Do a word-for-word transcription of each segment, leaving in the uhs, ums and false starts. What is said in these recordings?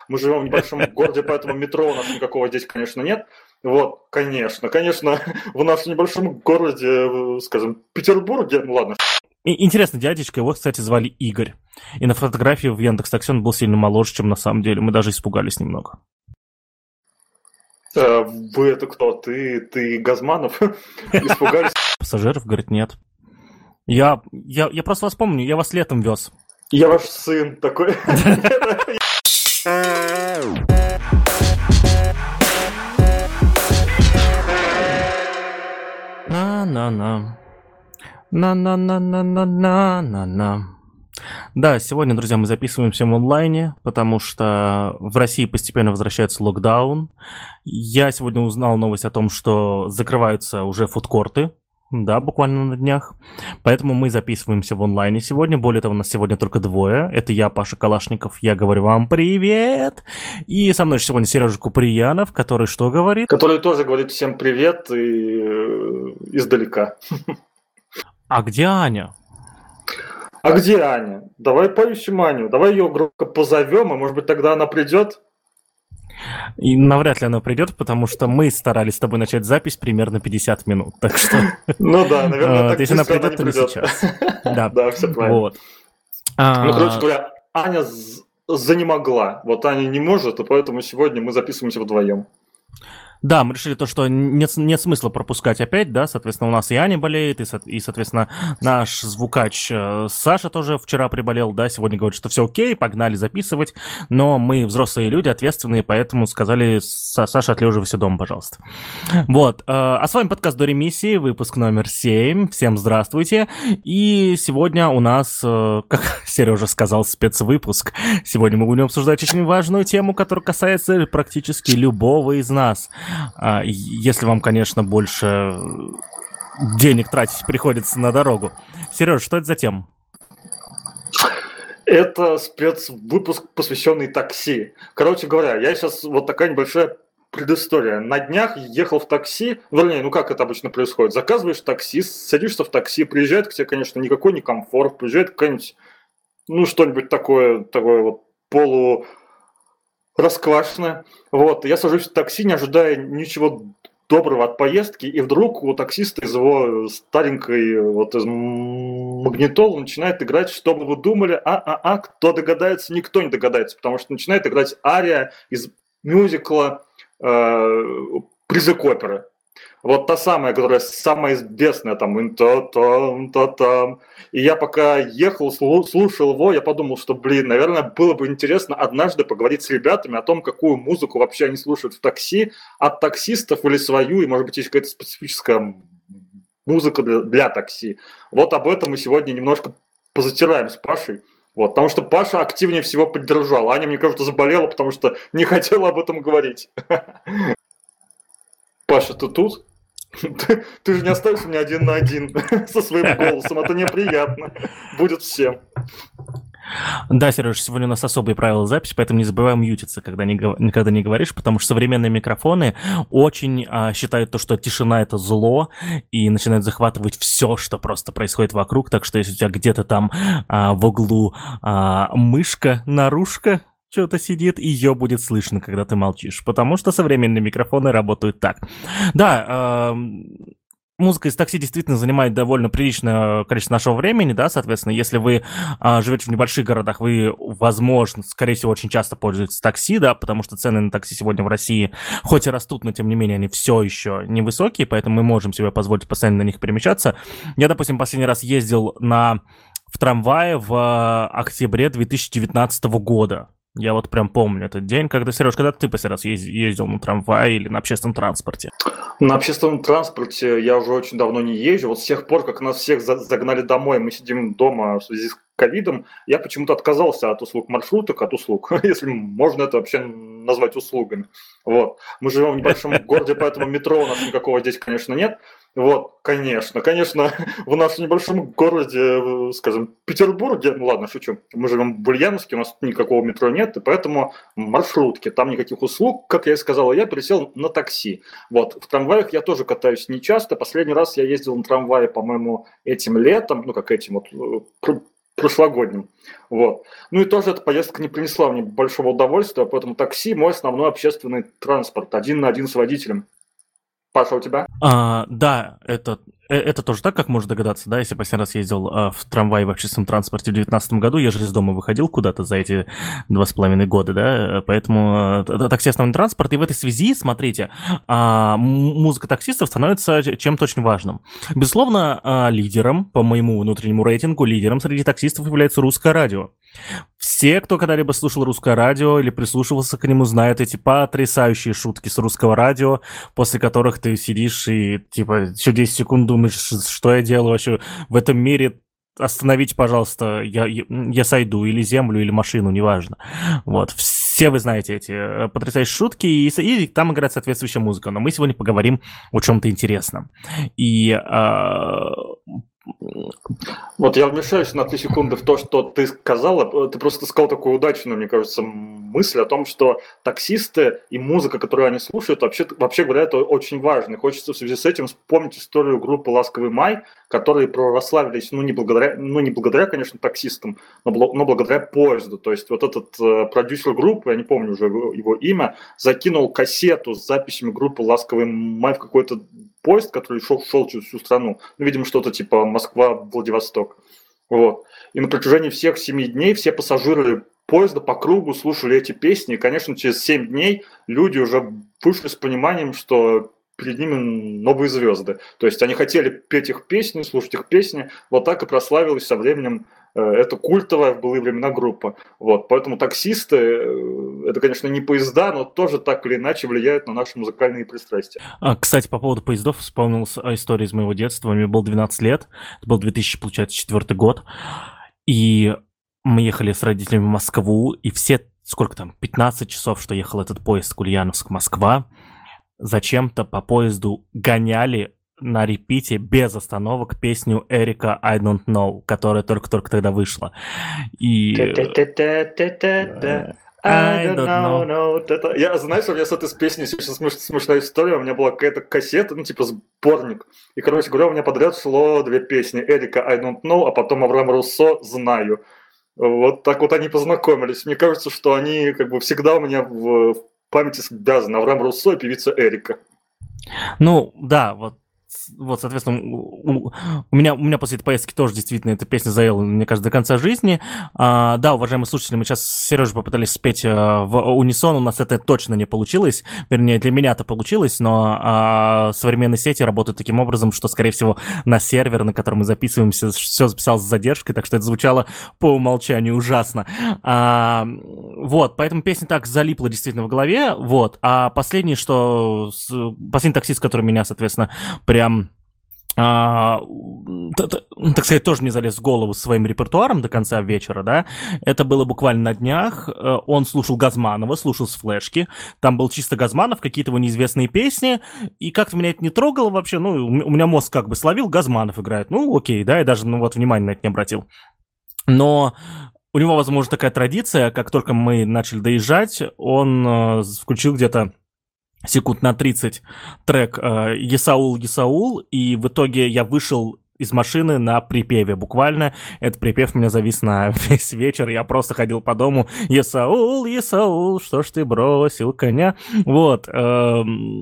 Мы живем в небольшом городе, поэтому метро у нас никакого здесь, конечно, нет. Вот, конечно, конечно, в нашем небольшом городе, скажем, Петербурге, ну ладно. И, интересно, дядечка, его, кстати, звали Игорь. И на фотографии в Яндекс.Такси он был сильно моложе, чем на самом деле. Мы даже испугались немного. А, вы это кто? Ты, ты Газманов? Испугались? Пассажиров, говорит, нет. Я, я, я просто вас помню, я вас летом вез. Я ваш сын такой. На-на-на. На-на-на-на-на-на-на-на. Да, сегодня, друзья, мы записываемся в онлайне, потому что в России постепенно возвращается локдаун. Я сегодня узнал новость о том, что закрываются уже фудкорты, да, буквально на днях. Поэтому мы записываемся в онлайне сегодня. Более того, у нас сегодня только двое. Это я, Паша Калашников. Я говорю вам привет. И со мной сегодня Сережа Куприянов, который что говорит? Который тоже говорит всем привет и э, издалека. А где Аня? А где Аня? Давай поищем Аню. Давай ее громко позовем, и, может быть, тогда она придет. И навряд ли она придет, потому что мы старались с тобой начать запись примерно пятьдесят минут. Так что... Ну да, наверное, так если она придет, не то не придет. сейчас. Да, да, все правильно. Вот. Ну, короче говоря, Аня занемогла. Вот Аня не может, и поэтому сегодня мы записываемся вдвоем. Да, мы решили то, что нет, нет смысла пропускать опять, да, соответственно, у нас и Аня болеет, и, и соответственно, наш звукач Саша тоже вчера приболел, да, сегодня говорит, что все окей, погнали записывать, но мы взрослые люди, ответственные, поэтому сказали, Саша, отлеживайся дома, пожалуйста. Вот, а с вами подкаст до ремиссии, выпуск номер семь, всем здравствуйте, и сегодня у нас, как Сережа сказал, спецвыпуск, сегодня мы будем обсуждать очень важную тему, которая касается практически любого из нас. Если вам, конечно, больше денег тратить приходится на дорогу. Сереж, что это за тема? Это спецвыпуск, посвященный такси. Короче говоря, я сейчас вот такая небольшая предыстория. На днях ехал в такси, вернее, ну как это обычно происходит. Заказываешь такси, садишься в такси, приезжает к тебе, конечно, никакой не комфорт, приезжает какая-нибудь, ну что-нибудь такое, такое вот полу... расквашенная. Вот, я сажусь в такси, не ожидая ничего доброго от поездки, и вдруг у таксиста из его старенькой вот из магнитолы начинает играть «Что бы вы думали?» А-а-а, кто догадается? Никто не догадается, потому что начинает играть ария из мюзикла э, «Призрак оперы». Вот та самая, которая самая известная, там, «Ин-та-там-та-там». И я пока ехал, слушал его, я подумал, что, блин, наверное, было бы интересно однажды поговорить с ребятами о том, какую музыку вообще они слушают в такси, от таксистов или свою, и, может быть, есть какая-то специфическая музыка для, для такси. Вот об этом мы сегодня немножко позатираем с Пашей. Вот, потому что Паша активнее всего поддержал. Аня, мне кажется, заболела, потому что не хотела об этом говорить. Паша, ты тут? Ты, ты же не оставишь меня один на один со своим голосом, это неприятно. Будет всем. Да, Сереж, сегодня у нас особые правила записи, поэтому не забывай мьютиться, когда не, никогда не говоришь, потому что современные микрофоны очень а, считают то, что тишина — это зло, и начинают захватывать все, что просто происходит вокруг, так что если у тебя где-то там а, в углу а, мышка, нарушка, что-то сидит, ее будет слышно, когда ты молчишь, потому что современные микрофоны работают так. Да, э, музыка из такси действительно занимает довольно приличное количество нашего времени, да, соответственно, если вы э, живете в небольших городах, вы, возможно, скорее всего, очень часто пользуетесь такси, да, потому что цены на такси сегодня в России хоть и растут, но, тем не менее, они все еще невысокие, поэтому мы можем себе позволить постоянно на них перемещаться. Я, допустим, последний раз ездил на, в трамвае в октябре две тысячи девятнадцатого года. Я вот прям помню этот день, когда, Сереж, когда ты последний раз ездил на трамвае или на общественном транспорте? На общественном транспорте я уже очень давно не езжу. Вот с тех пор, как нас всех загнали домой, мы сидим дома в связи с ковидом, я почему-то отказался от услуг маршруток, от услуг, если можно это вообще назвать услугами. Вот. Мы живем в небольшом городе, поэтому метро у нас никакого здесь, конечно, нет. Вот, конечно, конечно, в нашем небольшом городе, скажем, Петербурге, ну ладно, шучу, мы живем в Ульяновске, у нас никакого метро нет, и поэтому маршрутки, там никаких услуг, как я и сказал, я пересел на такси. Вот, в трамваях я тоже катаюсь нечасто, последний раз я ездил на трамвае, по-моему, этим летом, ну как этим вот, прошлогодним. Вот. Ну и тоже эта поездка не принесла мне большого удовольствия, поэтому такси – мой основной общественный транспорт, один на один с водителем. Паша, у тебя? А, да, это, э- это тоже так, как можно догадаться, да, если последний раз ездил а, в трамвае в общественном транспорте в девятнадцатом году, я же из дома выходил куда-то за эти два с половиной года, да, поэтому э, т- такси основной транспорт, и в этой связи, смотрите, а, м- музыка таксистов становится ч- чем-то очень важным. Безусловно, а, лидером, по моему внутреннему рейтингу, лидером среди таксистов является русское радио. Все, кто когда-либо слушал русское радио или прислушивался к нему, знают эти потрясающие шутки с русского радио, после которых ты сидишь и, типа, еще десять секунд думаешь, «Ш- что я делаю вообще в этом мире, остановите, пожалуйста, я, я, я сойду, или землю, или машину, неважно». Вот, все вы знаете эти э, потрясающие шутки, и, с- и там играет соответствующая музыка, но мы сегодня поговорим о чем-то интересном. И а, Вот я вмешаюсь на три секунды в то, что ты сказала. Ты просто сказал такую удачную, мне кажется, мысль о том, что таксисты и музыка, которую они слушают, вообще, вообще говоря, это очень важно. И хочется в связи с этим вспомнить историю группы «Ласковый май», которые прославились, ну не благодаря, ну, не благодаря, конечно, таксистам, но, бл- но благодаря поезду. То есть вот этот э, продюсер группы, я не помню уже его, его имя, закинул кассету с записями группы «Ласковый май» в какой-то поезд, который шел, шел через всю страну. Ну, видимо, что-то типа Москва-Владивосток. Вот. И на протяжении всех семи дней все пассажиры поезда по кругу слушали эти песни. И, конечно, через семь дней люди уже вышли с пониманием, что перед ними новые звезды. То есть они хотели петь их песни, слушать их песни. Вот так и прославилась со временем э, эта культовая в былые времена группа. Вот. Поэтому таксисты, э, это, конечно, не поезда, но тоже так или иначе влияют на наши музыкальные пристрастия. а, кстати, по поводу поездов вспомнилась а, история из моего детства. Мне было двенадцать лет, это был две тысячи, получается, четвертый год, и мы ехали с родителями в Москву, и все, сколько там, пятнадцать часов, что ехал этот поезд Ульяновск-Москва, зачем-то по поезду гоняли на репите без остановок песню Эрика «I don't know», которая только-только тогда вышла. И... Та-та-та-та-та-та. I I don't don't know, know. no. Это... Я, знаешь, у меня с этой песней сейчас смеш... смешная история. У меня была какая-то кассета, ну, типа сборник. И, короче говоря, у меня подряд шло две песни. Эрика «I don't know», а потом Авраам Руссо «Знаю». Вот так вот они познакомились. Мне кажется, что они как бы всегда у меня в, в памяти связаны. Авраам Руссо и певица Эрика. Ну, да, вот, с- вот, соответственно, у, у- у меня, у меня после этой поездки тоже действительно эта песня заела, мне кажется, до конца жизни. А, да, уважаемые слушатели, мы сейчас с Сережей попытались спеть а, в унисон, у нас это точно не получилось, вернее, для меня-то получилось, но а, современные сети работают таким образом, что, скорее всего, на сервер, на котором мы записываемся, все записалось с задержкой, так что это звучало по умолчанию ужасно. А, вот, поэтому песня так залипла действительно в голове, вот. А последний, что... с- Последний таксист, который меня, соответственно, прям... а, т- т- так сказать, тоже не залез в голову со своим репертуаром до конца вечера, да, это было буквально на днях, э, он слушал Газманова, слушал с флешки, там был чисто Газманов, какие-то его неизвестные песни, и как-то меня это не трогало вообще, ну, у м- у меня мозг как бы словил, Газманов играет, ну, окей, да, я даже, ну, вот, внимания на это не обратил. Но у него, возможно, такая традиция, как только мы начали доезжать, он э, включил где-то секунд на тридцать трек э, «Есаул, Есаул», и в итоге я вышел из машины на припеве. Буквально этот припев у меня завис на весь вечер. Я просто ходил по дому. «Есаул, Есаул, что ж ты бросил коня?» Вот. эм,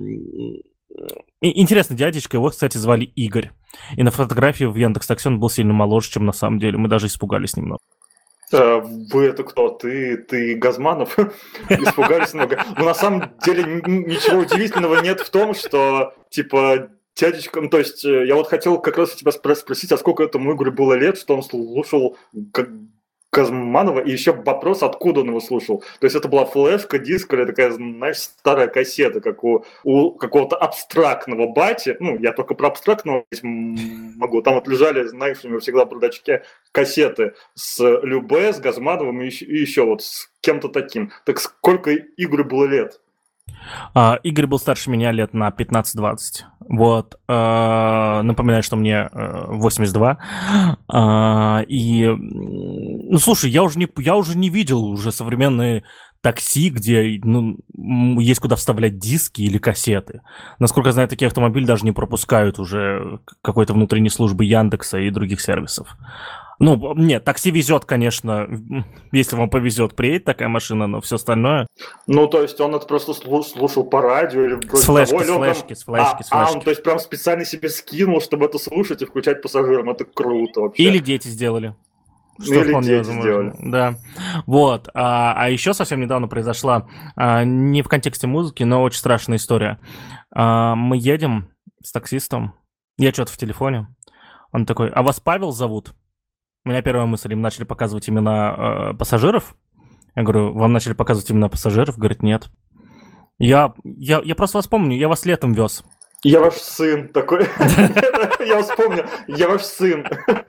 и- Интересный дядечка. Его, кстати, звали Игорь. И на фотографии в Яндекс.Такси он был сильно моложе, чем на самом деле. Мы даже испугались немного. Э, Вы это кто? Ты, ты Газманов? Испугались много. Но на самом деле н- ничего удивительного нет в том, что, типа, дядечка, ну, то есть, э, я вот хотел как раз у тебя спро- спросить, а сколько этому Игорю было лет, что он слушал Г- Газманова, и еще вопрос, откуда он его слушал. То есть это была флешка, диск или такая, знаешь, старая кассета, как у, у какого-то абстрактного бати. Ну, я только про абстрактного м, могу. Там вот лежали, знаешь, у него всегда в бардачке кассеты с Любэ, с Газмановым и еще, и еще вот с кем-то таким. Так сколько Игорю было лет? А, Игорь был старше меня лет на пятнадцать-двадцать. Вот. а, Напоминаю, что мне э, восемьдесят два. А, И, м, ну, слушай, я уже не, я уже не видел уже современные такси, где, ну, м, есть куда вставлять диски или кассеты. Насколько я знаю, такие автомобили даже не пропускают уже к- какой-то внутренней службы Яндекса и других сервисов. Ну, нет, такси везет, конечно, если вам повезет, приедет такая машина, но все остальное... Ну, то есть он это просто слушал по радио или вроде с флешки, того, с флешки, с флешки, а, с флешки. А, он, то есть прям специально себе скинул, чтобы это слушать и включать пассажирам. Это круто вообще. Или дети сделали. Что Или вполне дети возможно. сделали. Да. Вот. А, а еще совсем недавно произошла, а, не в контексте музыки, но очень страшная история. А, мы едем с таксистом, я что-то в телефоне, он такой: а вас Павел зовут? У меня первая мысль, им начали показывать имена э, пассажиров. Я говорю: вам начали показывать имена пассажиров? Говорит: нет. Я, я, я просто вас помню, я вас летом вез. Я ваш сын такой. Я вспомнил, я ваш сын.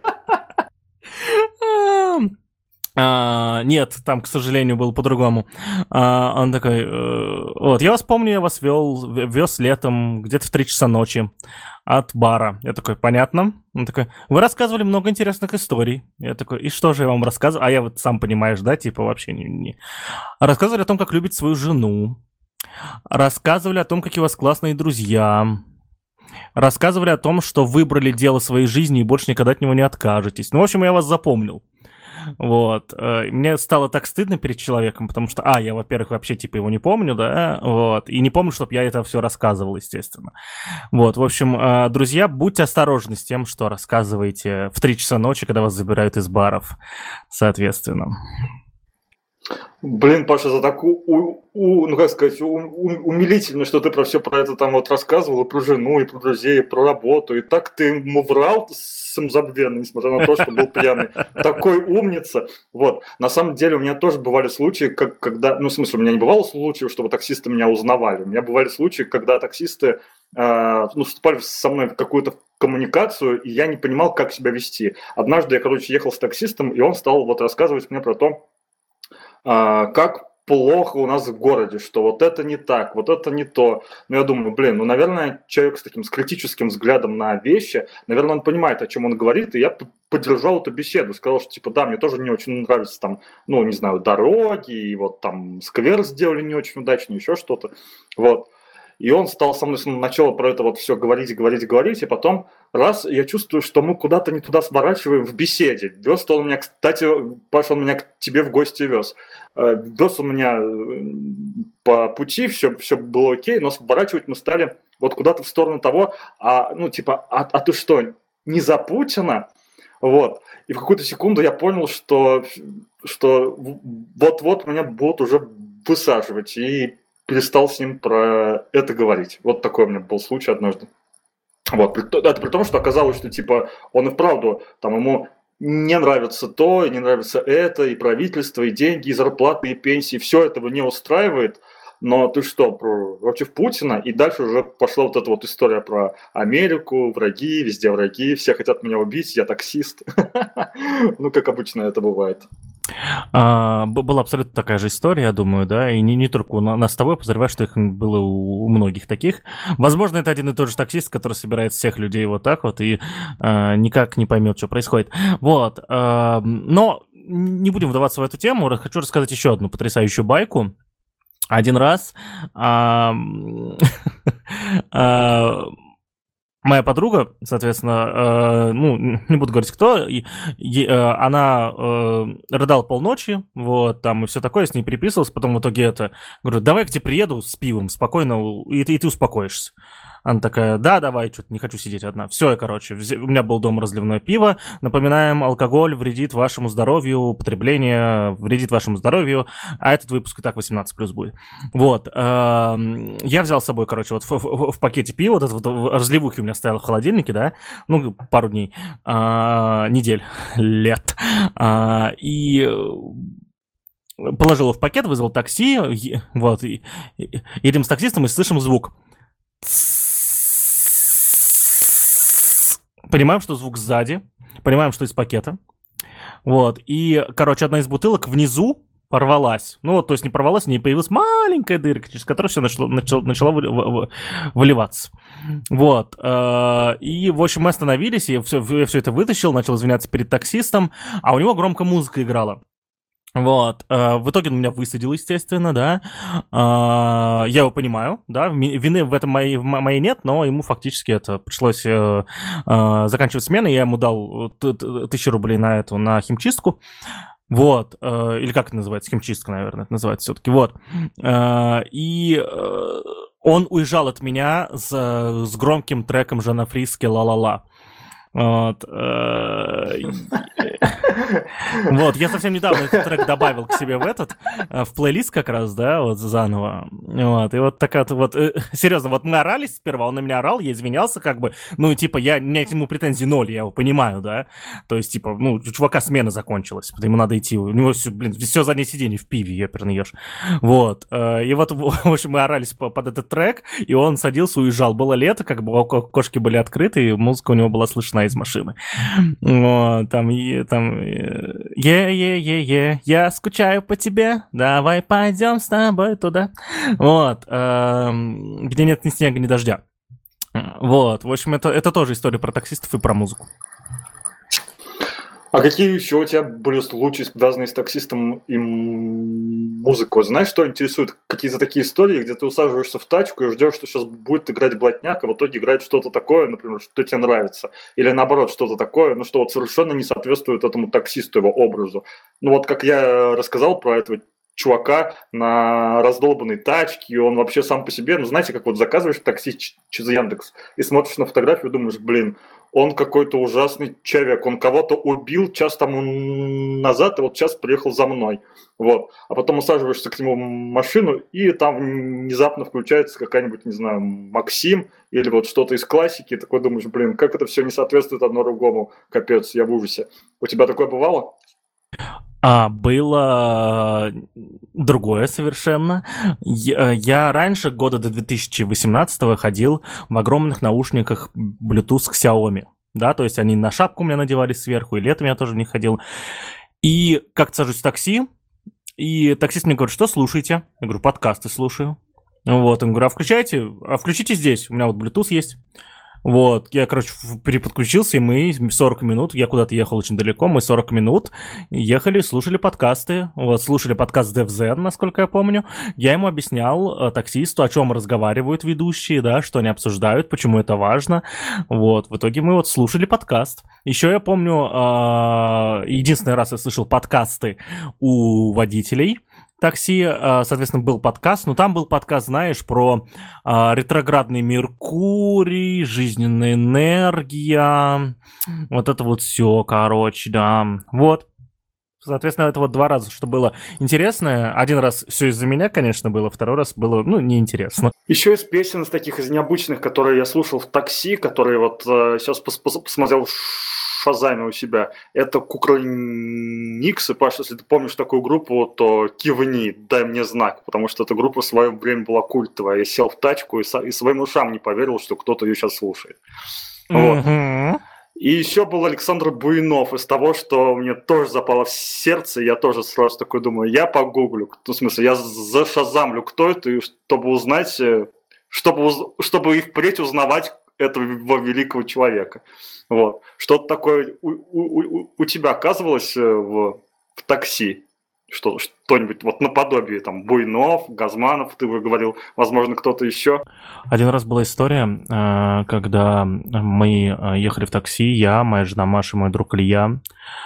А, нет, там, к сожалению, было по-другому. А, он такой: вот, я вас помню, я вас вел, вез летом где-то в три часа ночи от бара. Я такой: понятно. Он такой: вы рассказывали много интересных историй. Я такой: и что же я вам рассказываю? А я вот, сам понимаешь, да, типа вообще не... не... Рассказывали о том, как любить свою жену. Рассказывали о том, какие у вас классные друзья. Рассказывали о том, что выбрали дело своей жизни и больше никогда от него не откажетесь. Ну, в общем, я вас запомнил. Вот. Мне стало так стыдно перед человеком, потому что, а, я, во-первых, вообще, типа, его не помню, да, вот, и не помню, чтобы я это все рассказывал, естественно. Вот, в общем, друзья, будьте осторожны с тем, что рассказываете в три часа ночи, когда вас забирают из баров, соответственно. Блин, Паша, за такую, у, у, ну как сказать, у, у, умилительно, что ты про все про это там вот рассказывал, и про жену, и про друзей, и про работу, и так ты ему врал самозабвенно, несмотря на то, что был пьяный. Такой умница. Вот. На самом деле у меня тоже бывали случаи, как, когда, ну в смысле, у меня не бывало случаев, чтобы таксисты меня узнавали. У меня бывали случаи, когда таксисты э, ну, вступали со мной в какую-то коммуникацию, и я не понимал, как себя вести. Однажды я, короче, ехал с таксистом, и он стал вот рассказывать мне про то, как плохо у нас в городе, что вот это не так, вот это не то. Но я думаю, блин, ну, наверное, человек с таким с критическим взглядом на вещи, наверное, он понимает, о чем он говорит, и я поддержал эту беседу, сказал, что, типа, да, мне тоже не очень нравятся там, ну, не знаю, дороги, и вот там сквер сделали не очень удачно, еще что-то, вот. И он стал со мной сначала про это вот все говорить, говорить, говорить, и потом раз, я чувствую, что мы куда-то не туда сворачиваем в беседе. Вез он меня, кстати, Паша, он меня к тебе в гости вез. Вез он меня по пути, все, все было окей, но сворачивать мы стали вот куда-то в сторону того, а, ну, типа, а, а ты что, не за Путина? Вот. И в какую-то секунду я понял, что, что вот-вот меня будут уже высаживать, и перестал с ним про это говорить. Вот такой у меня был случай однажды. Вот. Это при том, что оказалось, что типа он и вправду, там ему не нравится то, и не нравится это, и правительство, и деньги, и зарплаты, и пенсии, все этого не устраивает. Но ты что, против Путина? И дальше уже пошла вот эта вот история про Америку, враги, везде враги, все хотят меня убить, я таксист. Ну, как обычно это бывает. А, была абсолютно такая же история, я думаю, да, и не, не только у нас с тобой, подозреваю, что их было у, у многих таких. Возможно, это один и тот же таксист, который собирает всех людей вот так вот и а, никак не поймет, что происходит. Вот, а, но не будем вдаваться в эту тему, хочу рассказать еще одну потрясающую байку. Один раз... А, а, моя подруга, соответственно, э, ну, не буду говорить, кто, и, и, э, она э, рыдала полночи, вот, там, и все такое, с ней переписывался, потом в итоге это, говорю, давай к тебе приеду с пивом, спокойно, и ты, и ты успокоишься. Она такая: да, давай, что-то не хочу сидеть одна. Все, я, короче, у меня был дома разливное пиво. Напоминаем, алкоголь вредит вашему здоровью, употребление вредит вашему здоровью, а этот выпуск и так восемнадцать плюс будет. Вот. Я взял с собой, короче, вот в, в, в пакете пива, вот этот вот разливухи у меня стоял в холодильнике, да, ну, пару дней, недель, лет. И положил его в пакет, вызвал такси, вот, и, и, едем с таксистом и слышим звук. Понимаем, что звук сзади, понимаем, что из пакета. Вот, и, короче, одна из бутылок внизу порвалась. Ну, вот, то есть не порвалась, в ней появилась маленькая дырка, через которую все начало, начало, начало выливаться. Вот, и, в общем, мы остановились, я все, я все это вытащил, начал извиняться перед таксистом, а у него громко музыка играла. Вот. э, В итоге он меня высадил, естественно, да. А, Я его понимаю, да. ми- Вины в этом моей, в мо- моей нет, но ему фактически это пришлось э, э, заканчивать смену. Я ему дал э, т- т- тысячу рублей на эту, на химчистку. Вот. э, Или как это называется? Химчистка, наверное, это называется все-таки. Вот. Э, И э, он уезжал от меня с, с громким треком Жана Фриски «Ла-ла-ла». Вот. э, Вот, я совсем недавно этот трек добавил к себе в этот, э, в плейлист как раз, да, вот заново. Вот, и вот такая вот, э, серьезно, вот мы орались сперва, он на меня орал, я извинялся как бы, ну, типа, я, у меня к нему претензий ноль, я его понимаю, да, то есть, типа, ну, у чувака смена закончилась, ему надо идти, у него, всё, блин, все заднее сиденье в пиве, ёперный ешь. Вот, э, и вот, в общем, мы орались по- под этот трек, и он садился, уезжал, было лето, как бы окошки были открыты, и музыка у него была слышна из машины. Вот, там, и, там, е-е-е-е, я скучаю по тебе, давай пойдем с тобой туда. Вот, эм, где нет ни снега, ни дождя. Вот, в общем, это, это тоже история про таксистов и про музыку. А какие еще у тебя были случаи, связанные с таксистом и м- музыкой? Знаешь, что интересует? Какие-то такие истории, где ты усаживаешься в тачку и ждешь, что сейчас будет играть блатняк, а в итоге играет что-то такое, например, что тебе нравится. Или наоборот, что-то такое, ну что вот совершенно не соответствует этому таксисту, его образу. Ну вот как я рассказал про этого чувака на раздолбанной тачке, и он вообще сам по себе, ну знаете, как вот заказываешь такси ч- через Яндекс и смотришь на фотографию и думаешь, блин, он какой-то ужасный человек, он кого-то убил час тому назад, и вот сейчас приехал за мной. Вот. А потом усаживаешься к нему в машину, и там внезапно включается какая-нибудь, не знаю, Максим, или вот что-то из классики, и такой думаешь, блин, как это все не соответствует одно другому, капец, я в ужасе. У тебя такое бывало? А было другое совершенно. Я, я раньше, года до две тысячи восемнадцатого, ходил в огромных наушниках Bluetooth Xiaomi. Да, то есть они на шапку у меня надевались сверху, и летом я тоже в них ходил. И как-то сажусь в такси, и таксист мне говорит, что слушаете? Я говорю, подкасты слушаю. Вот, он говорит, а включайте, а включите здесь, у меня вот Bluetooth есть. Вот, я, короче, в- переподключился, и мы сорок минут, я куда-то ехал очень далеко, мы сорок минут ехали, слушали подкасты, вот, слушали подкаст DevZen, насколько я помню. Я ему объяснял, э, таксисту, о чем разговаривают ведущие, да, что они обсуждают, почему это важно. Вот, в итоге мы вот слушали подкаст. Еще я помню, а, единственный раз я слышал подкасты у водителей такси, а, соответственно, был подкаст, но там был подкаст, знаешь, про а, ретроградный Меркурий, жизненная энергия, вот это вот все, короче, да. Вот. Соответственно, это вот два раза, что было интересное. Один раз все из-за меня, конечно, было, второй раз было, ну, неинтересно. Еще из песен, из таких из необычных, которые я слушал в такси, которые вот э, сейчас пос- пос- посмотрел в Шазаме у себя, это Кукры Никс. И, Паша, если ты помнишь такую группу, то кивни, дай мне знак, потому что эта группа в свое время была культовая. Я сел в тачку и, со- и своим ушам не поверил, что кто-то ее сейчас слушает. Вот. Мгм. И еще был Александр Буйнов из того, что мне тоже запало в сердце. Я тоже сразу такой думаю, я погуглю, ну, в смысле, я зашазамлю, кто это, и чтобы узнать, э, чтобы, уз- чтобы и впредь узнавать этого великого человека. Вот. Что-то такое у, у- у- у тебя оказывалось э, в, в такси? Что, что-нибудь вот наподобие, там, Буйнов, Газманов, ты уже говорил, возможно, кто-то еще. Один раз была история, э, когда мы э, ехали в такси, я, моя жена Маша, мой друг Илья,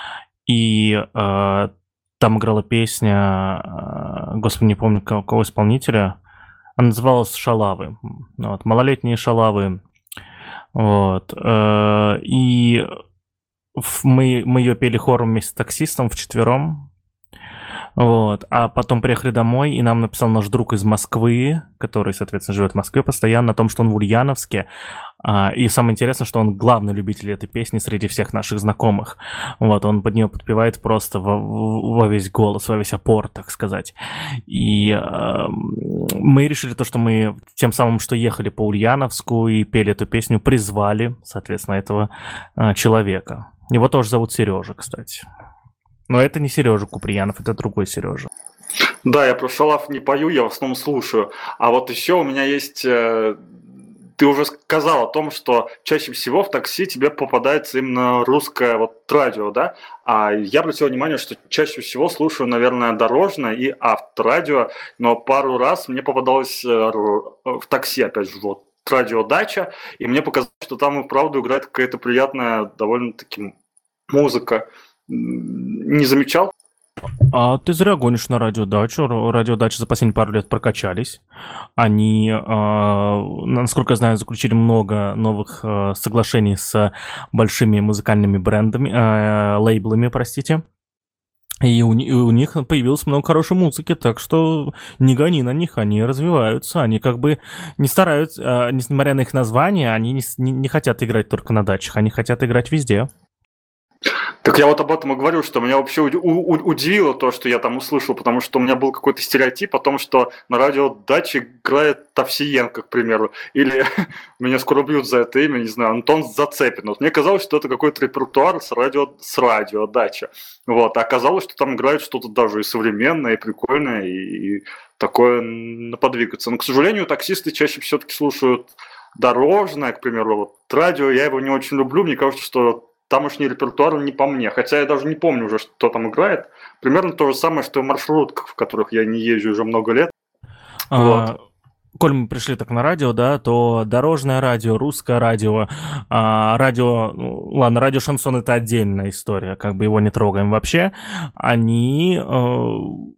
и э, там играла песня, э, господи, не помню ка- кого исполнителя, она называлась «Шалавы», вот, «Малолетние шалавы», вот, э, и в- мы, мы ее пели хором вместе с таксистом вчетвером, вот. А потом приехали домой, и нам написал наш друг из Москвы, который, соответственно, живет в Москве постоянно, о том, что он в Ульяновске. А, и самое интересное, что он главный любитель этой песни среди всех наших знакомых. Вот, он под нее подпевает просто во, во весь голос, во весь опор, так сказать. И а, мы решили то, что мы тем самым, что ехали по Ульяновску и пели эту песню, призвали, соответственно, этого а, человека. Его тоже зовут Сережа, кстати. Но это не Сережа Куприянов, это другой Сережа. Да, я про шалав не пою, я в основном слушаю. А вот еще у меня есть... э, ты уже сказал о том, что чаще всего в такси тебе попадается именно русское вот радио, да? А я обратил внимание, что чаще всего слушаю, наверное, дорожное и авторадио, но пару раз мне попадалось в такси, опять же, вот радио «Дача», и мне показалось, что там и вправду играет какая-то приятная довольно-таки музыка. Не замечал? А ты зря гонишь на радиодачу. Р- Радиодачи за последние пару лет прокачались. Они, а, насколько я знаю, заключили много новых а, соглашений с большими музыкальными брендами, а, лейблами, простите. И у, ни- и у них появилось много хорошей музыки, так что не гони на них, они развиваются, они как бы не стараются, а, несмотря на их название, они не, с- не не хотят играть только на дачах, они хотят играть везде. Так я вот об этом и говорю, что меня вообще уди- у- у- удивило то, что я там услышал, потому что у меня был какой-то стереотип о том, что на радио «Дача» играет Овсиенко, к примеру, или меня скоро бьют за это имя, не знаю, Антон Зацепин. Вот мне казалось, что это какой-то репертуар с радио, с радио «Дача». Вот. А оказалось, что там играет что-то даже и современное, и прикольное, и, и такое на подвигаться. Но, к сожалению, таксисты чаще все-таки слушают дорожное, к примеру, вот радио, я его не очень люблю, мне кажется, что тамошний репертуар не по мне, хотя я даже не помню уже, что там играет. Примерно то же самое, что и маршрутках, в которых я не езжу уже много лет. Вот. А, Коль мы пришли так на радио, да, то дорожное радио, русское радио, а, радио, ну, ладно, радио Шансон это отдельная история, как бы его не трогаем вообще. Они, э,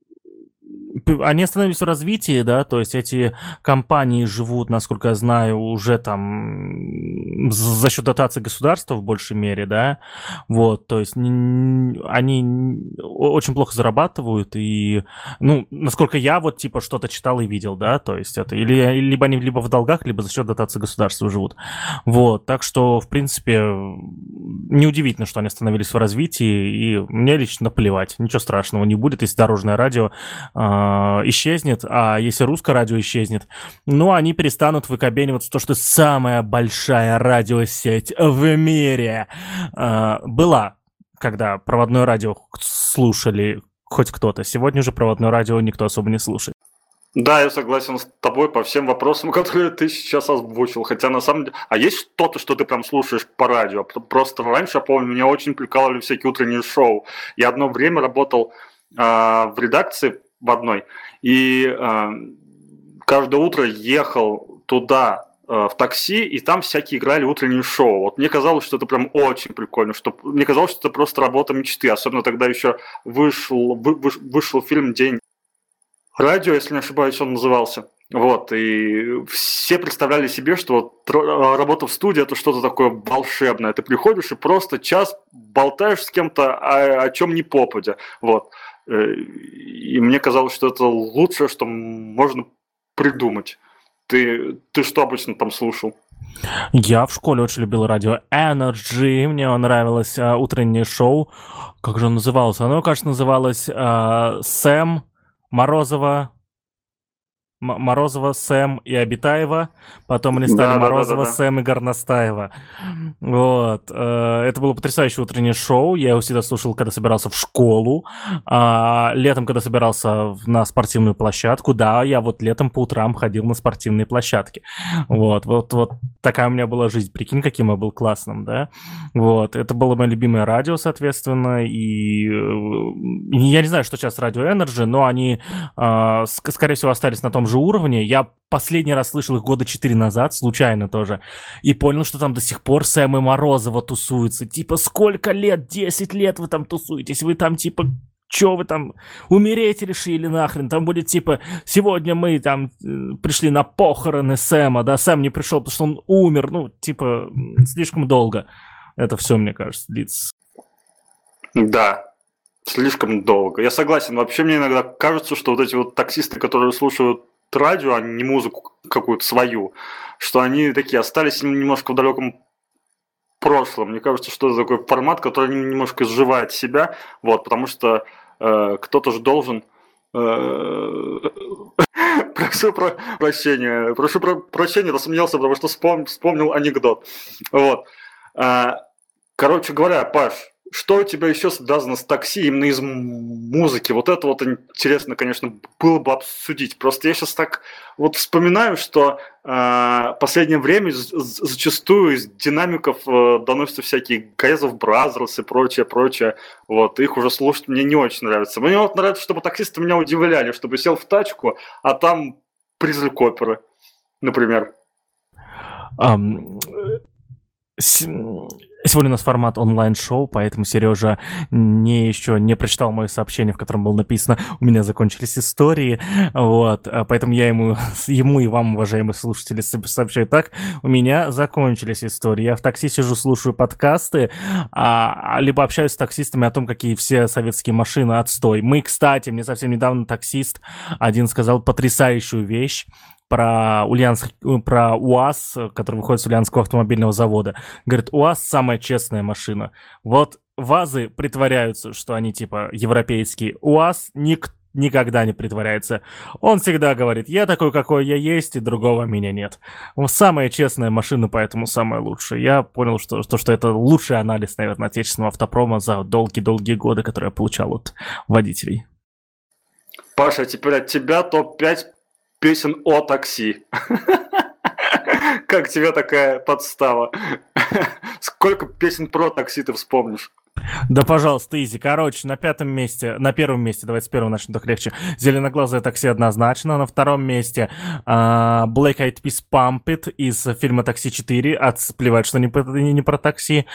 п- они остановились в развитии, да, то есть эти компании живут, насколько я знаю, уже там з- за счет дотации государства в большей мере, да, вот, то есть н- они н- о- очень плохо зарабатывают, и, ну, насколько я вот, типа, что-то читал и видел, да, то есть это, или, либо они либо в долгах, либо за счет дотации государства живут, вот, так что, в принципе, неудивительно, что они остановились в развитии, и мне лично плевать, ничего страшного не будет, если дорожное радио а, исчезнет, а если русское радио исчезнет, ну, они перестанут выкобениваться то, что самая большая радиосеть в мире а, была, когда проводное радио слушали хоть кто-то. Сегодня же проводное радио никто особо не слушает. Да, я согласен с тобой по всем вопросам, которые ты сейчас озвучил. Хотя на самом деле... А есть что-то, что ты прям слушаешь по радио? П- Просто раньше, я помню, меня очень прикалывали всякие утренние шоу. Я одно время работал а, в редакции в одной, и а, каждое утро ехал туда а, в такси, и там всякие играли утренние шоу. Вот мне казалось, что это прям очень прикольно, что мне казалось, что это просто работа мечты. Особенно тогда еще вышел, вы- выш- вышел фильм «День радио», если не ошибаюсь, он назывался. Вот, и все представляли себе, что вот тр- работа в студии это что-то такое волшебное. Ты приходишь и просто час болтаешь с кем-то о, о чем ни попадя. Вот. Э, И мне казалось, что это лучшее, что можно придумать. Ты, ты что обычно там слушал? Я в школе очень любил радио Energy, мне нравилось а, утреннее шоу. Как же оно называлось? Оно, кажется, называлось а, Сэм, Морозова, М- Морозова, Сэм и Обитаева. Потом они стали Да, да, да, да, Морозова, да. Сэм и Горностаева. Вот. э, Это было потрясающее утреннее шоу. Я его всегда слушал, когда собирался в школу. А летом, когда собирался в- на спортивную площадку. Да, я вот летом по утрам ходил на спортивные площадки. Вот, вот, вот такая у меня была жизнь. Прикинь, каким я был классным, да? Вот. Это было мое любимое радио, соответственно. И э, я не знаю, что сейчас радио Energy, но они а, ск- скорее всего, остались на том же уровне. Я последний раз слышал их года четыре назад, случайно тоже, и понял, что там до сих пор Сэм и Морозова тусуются. Типа, сколько лет? десять лет вы там тусуетесь? Вы там, типа, чё вы там, умереть решили нахрен? Там будет, типа, сегодня мы там э, пришли на похороны Сэма, да, Сэм не пришел, потому что он умер, ну, типа, м, слишком долго. Это все, мне кажется, длится. Да, слишком долго. Я согласен. Вообще мне иногда кажется, что вот эти вот таксисты, которые слушают радио, а не музыку какую-то свою, что они такие остались немножко в далеком прошлом. Мне кажется, что это такой формат, который немножко изживает себя, вот, потому что э, кто-то же должен... э, Прошу про- прощения, прошу про- прощения, рассмеялся, потому что вспом- вспомнил анекдот. Вот. А, Короче говоря, Паш, что у тебя еще связано с такси именно из музыки? Вот это вот интересно, конечно, было бы обсудить. Просто я сейчас так вот вспоминаю, что э, в последнее время зачастую из динамиков э, доносятся всякие Guys Brothers и прочее, прочее. Вот, их уже слушать мне не очень нравится. Мне вот нравится, чтобы таксисты меня удивляли, чтобы сел в тачку, а там призрак оперы, например. Um... Сегодня у нас формат онлайн-шоу, поэтому Сережа не еще не прочитал мое сообщение, в котором было написано «У меня закончились истории». Вот, поэтому я ему, ему и вам, уважаемые слушатели, сообщаю так. У меня закончились истории. Я в такси сижу, слушаю подкасты, а, либо общаюсь с таксистами о том, какие все советские машины отстой. Мы, кстати, мне совсем недавно таксист один сказал потрясающую вещь про, Ульяновск, про УАЗ, который выходит с Ульяновского автомобильного завода. Говорит, УАЗ самая честная машина. Вот ВАЗы притворяются, что они типа европейские. УАЗ ник- никогда не притворяется. Он всегда говорит, я такой, какой я есть, и другого меня нет. Самая честная машина, поэтому самая лучшая. Я понял, что, что, что это лучший анализ, наверное, отечественного автопрома за долгие-долгие годы, которые я получал от водителей. Паша, теперь от тебя топ пять песен о такси. Как тебе такая подстава? Сколько песен про такси ты вспомнишь? Да, пожалуйста, изи. Короче, на пятом месте, на первом месте, давайте с первого начнем, так легче. «Зеленоглазое такси» однозначно. На втором месте uh, Black Eyed Peas Pump It из фильма «Такси четыре». Отплевать, что не, не, не про такси.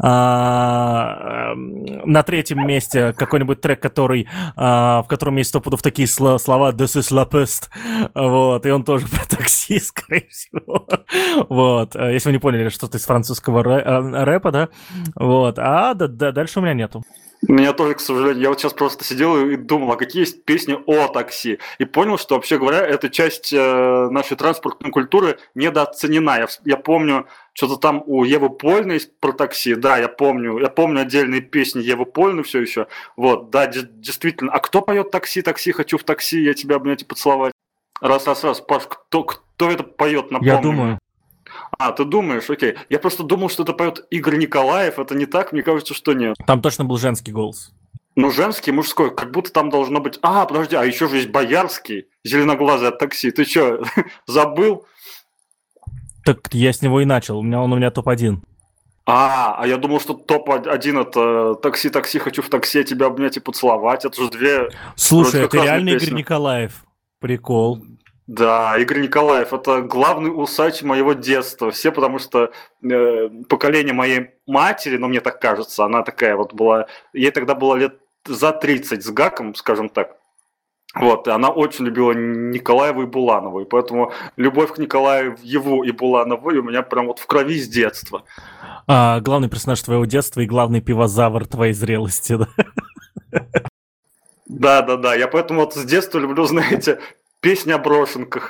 Uh, на третьем месте какой-нибудь трек, который, uh, в котором есть сто пудов такие слова «This is la peste». Вот, и он тоже про такси, скорее всего. Вот, если вы не поняли, что-то из французского рэпа, да? Вот, а да, да, дальше у меня нету. Меня тоже, к сожалению. Я вот сейчас просто сидел и думал, а какие есть песни о такси. И понял, что, вообще говоря, эта часть э, нашей транспортной культуры недооценена. Я, я помню, что-то там у Евы Польной есть про такси. Да, я помню. Я помню отдельные песни Евы Польны все еще. Вот, да, действительно. А кто поет «Такси, такси, хочу в такси, я тебя обнять и поцеловать»? Раз, раз, раз. Паш, кто, кто это поет? Напомни. Я думаю. А, ты думаешь? Окей. Я просто думал, что это поет Игорь Николаев. Это не так? Мне кажется, что нет. Там точно был женский голос. Ну, женский, мужской. Как будто там должно быть... А, подожди, а еще же есть Боярский, «Зеленоглазый от такси». Ты что, забыл? Так я с него и начал. У меня он у меня топ один. А, а я думал, что топ один это «Такси, такси, хочу в такси, тебя обнять и поцеловать». Это же две... Слушай, это реально Игорь Николаев. Прикол. Да, Игорь Николаев – это главный усач моего детства. Все, потому что э, поколение моей матери, ну, мне так кажется, она такая вот была, ей тогда было лет за тридцать с гаком, скажем так. Вот, и она очень любила Николаеву и Буланову, и поэтому любовь к Николаеву и Буланову у меня прям вот в крови с детства. А, главный персонаж твоего детства и главный пивозавр твоей зрелости, да? Да-да-да, я поэтому вот с детства люблю, знаете, песни о брошенках.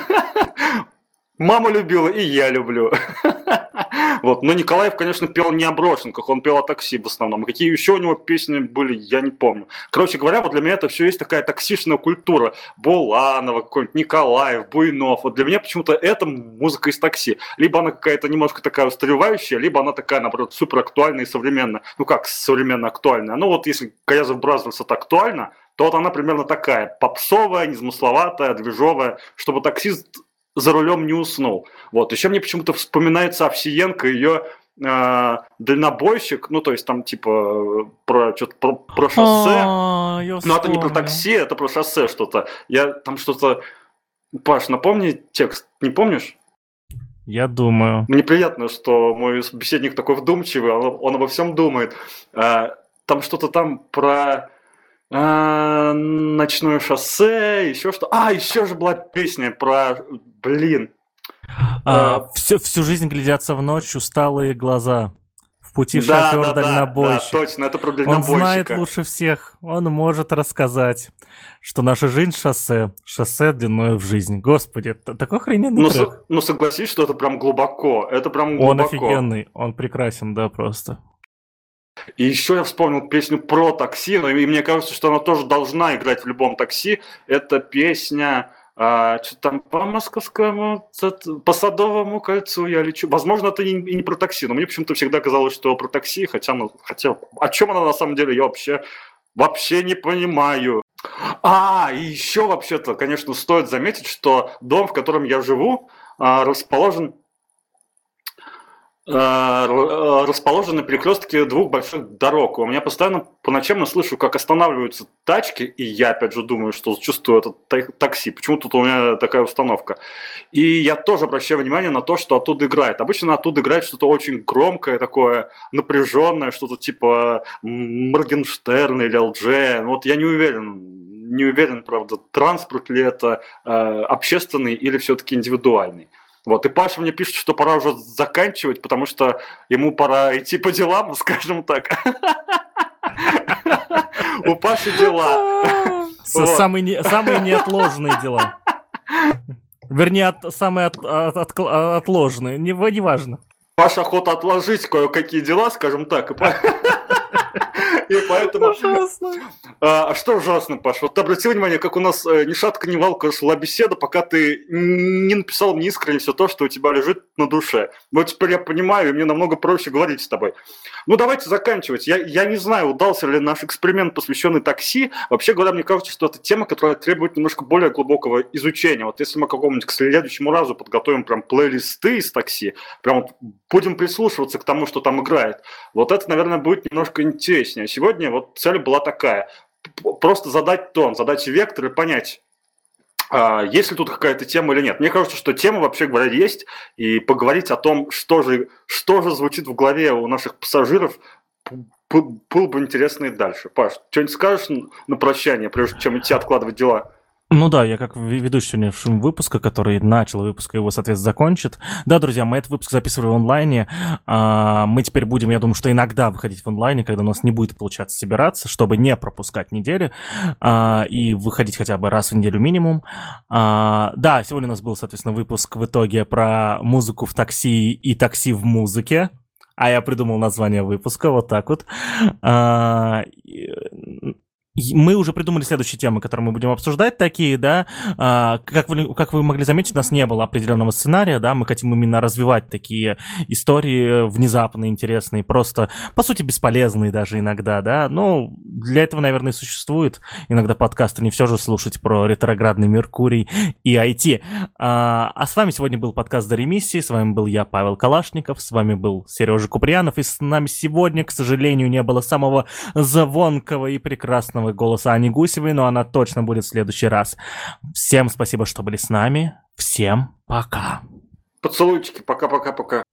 Мама любила, и я люблю. Вот. Но Николаев, конечно, пел не о брошенках, он пел о такси в основном. Какие еще у него песни были, я не помню. Короче говоря, вот для меня это все есть такая таксишная культура. Буланова, какой-нибудь Николаев, Буйнов. Вот для меня почему-то это музыка из такси. Либо она какая-то немножко такая устаревающая, либо она такая, наоборот, супер актуальная и современная. Ну как современно актуальная? Ну вот если Guys Brothers это актуально, то вот она примерно такая. Попсовая, незамысловатая, движовая, чтобы таксист за рулем не уснул. Вот. Еще мне почему-то вспоминается Овсиенко, ее э, дальнобойщик, ну, то есть там типа про, что-то, про, про шоссе. Но это не про такси, это про шоссе что-то. Я там что-то... Паш, напомни текст, не помнишь? Я думаю. Мне приятно, что мой собеседник такой вдумчивый, он, он обо всем думает. Э, там что-то там про... А, «Ночное шоссе», еще что. А, еще же была песня про... Блин. А, а... Всю, всю жизнь глядятся в ночь усталые глаза. В пути да, шофер да, дальнобойщик. Да, точно, это про дальнобойщика. Он знает лучше всех. Он может рассказать, что наша жизнь шоссе. Шоссе длиной в жизнь. Господи, это такой охрененный ну, трек. С, ну, согласись, что это прям глубоко. Это прям глубоко. Он офигенный, он прекрасен, да, просто. И еще я вспомнил песню про такси, но и мне кажется, что она тоже должна играть в любом такси. Это песня А, что там по Московскому, по Садовому кольцу я лечу. Возможно, это и не про такси, но мне почему-то всегда казалось, что про такси, хотя, ну, хотя о чем она на самом деле, я вообще, вообще не понимаю. А, и еще вообще-то, конечно, стоит заметить, что дом, в котором я живу, расположен расположены на перекрестке двух больших дорог. У меня постоянно по ночам я слышу, как останавливаются тачки, и я опять же думаю, что чувствую это такси. Почему тут у меня такая установка? И я тоже обращаю внимание на то, что оттуда играет. Обычно оттуда играет что-то очень громкое, такое напряженное, что-то типа Моргенштерна или эл джей. Вот я не уверен, не уверен, правда, транспорт ли это, э, общественный или все-таки индивидуальный. Вот, и Паша мне пишет, что пора уже заканчивать, потому что ему пора идти по делам, скажем так. У Паши дела. Самые неотложные дела. Вернее, самые отложенные, неважно. Паша охота отложить кое-какие дела, скажем так. И поэтому... Ужасно. А что ужасно, Паш? Вот ты обратил внимание, как у нас ни шатка, ни валка шла беседа, пока ты не написал мне искренне все то, что у тебя лежит на душе. Вот теперь я понимаю, и мне намного проще говорить с тобой. Ну, давайте заканчивать. Я, я не знаю, удался ли наш эксперимент, посвященный такси. Вообще говоря, мне кажется, что это тема, которая требует немножко более глубокого изучения. Вот если мы какому-нибудь к следующему разу подготовим прям плейлисты из такси, прям вот будем прислушиваться к тому, что там играет, вот это, наверное, будет немножко интереснее. Сегодня вот цель была такая. Просто задать тон, задать вектор и понять, есть ли тут какая-то тема или нет. Мне кажется, что тема, вообще говоря, есть, и поговорить о том, что же, что же звучит в голове у наших пассажиров, было бы интересно и дальше. Паш, что-нибудь скажешь на прощание, прежде чем идти откладывать дела? Ну да, я как ведущий сегодняшнего выпуска, который начал выпуск, его, соответственно, закончит. Да, друзья, мы этот выпуск записывали в онлайне. Мы теперь будем, я думаю, что иногда выходить в онлайне, когда у нас не будет получаться собираться, чтобы не пропускать недели и выходить хотя бы раз в неделю минимум. Да, сегодня у нас был, соответственно, выпуск в итоге про музыку в такси и такси в музыке. А я придумал название выпуска, вот так вот. Мы уже придумали следующие темы, которые мы будем обсуждать, такие, да, а, как, вы, как вы могли заметить, у нас не было определенного сценария, да, мы хотим именно развивать такие истории внезапные, интересные, просто, по сути, бесполезные даже иногда, да, ну, для этого, наверное, и существует иногда подкасты, не все же слушать про ретроградный Меркурий и ай ти. А, а с вами сегодня был подкаст «До ремиссии», с вами был я, Павел Калашников, с вами был Сережа Куприянов, и с нами сегодня, к сожалению, не было самого звонкого и прекрасного голоса Ани Гусевой, но она точно будет в следующий раз. Всем спасибо, что были с нами. Всем пока. Поцелуйчики. Пока-пока-пока.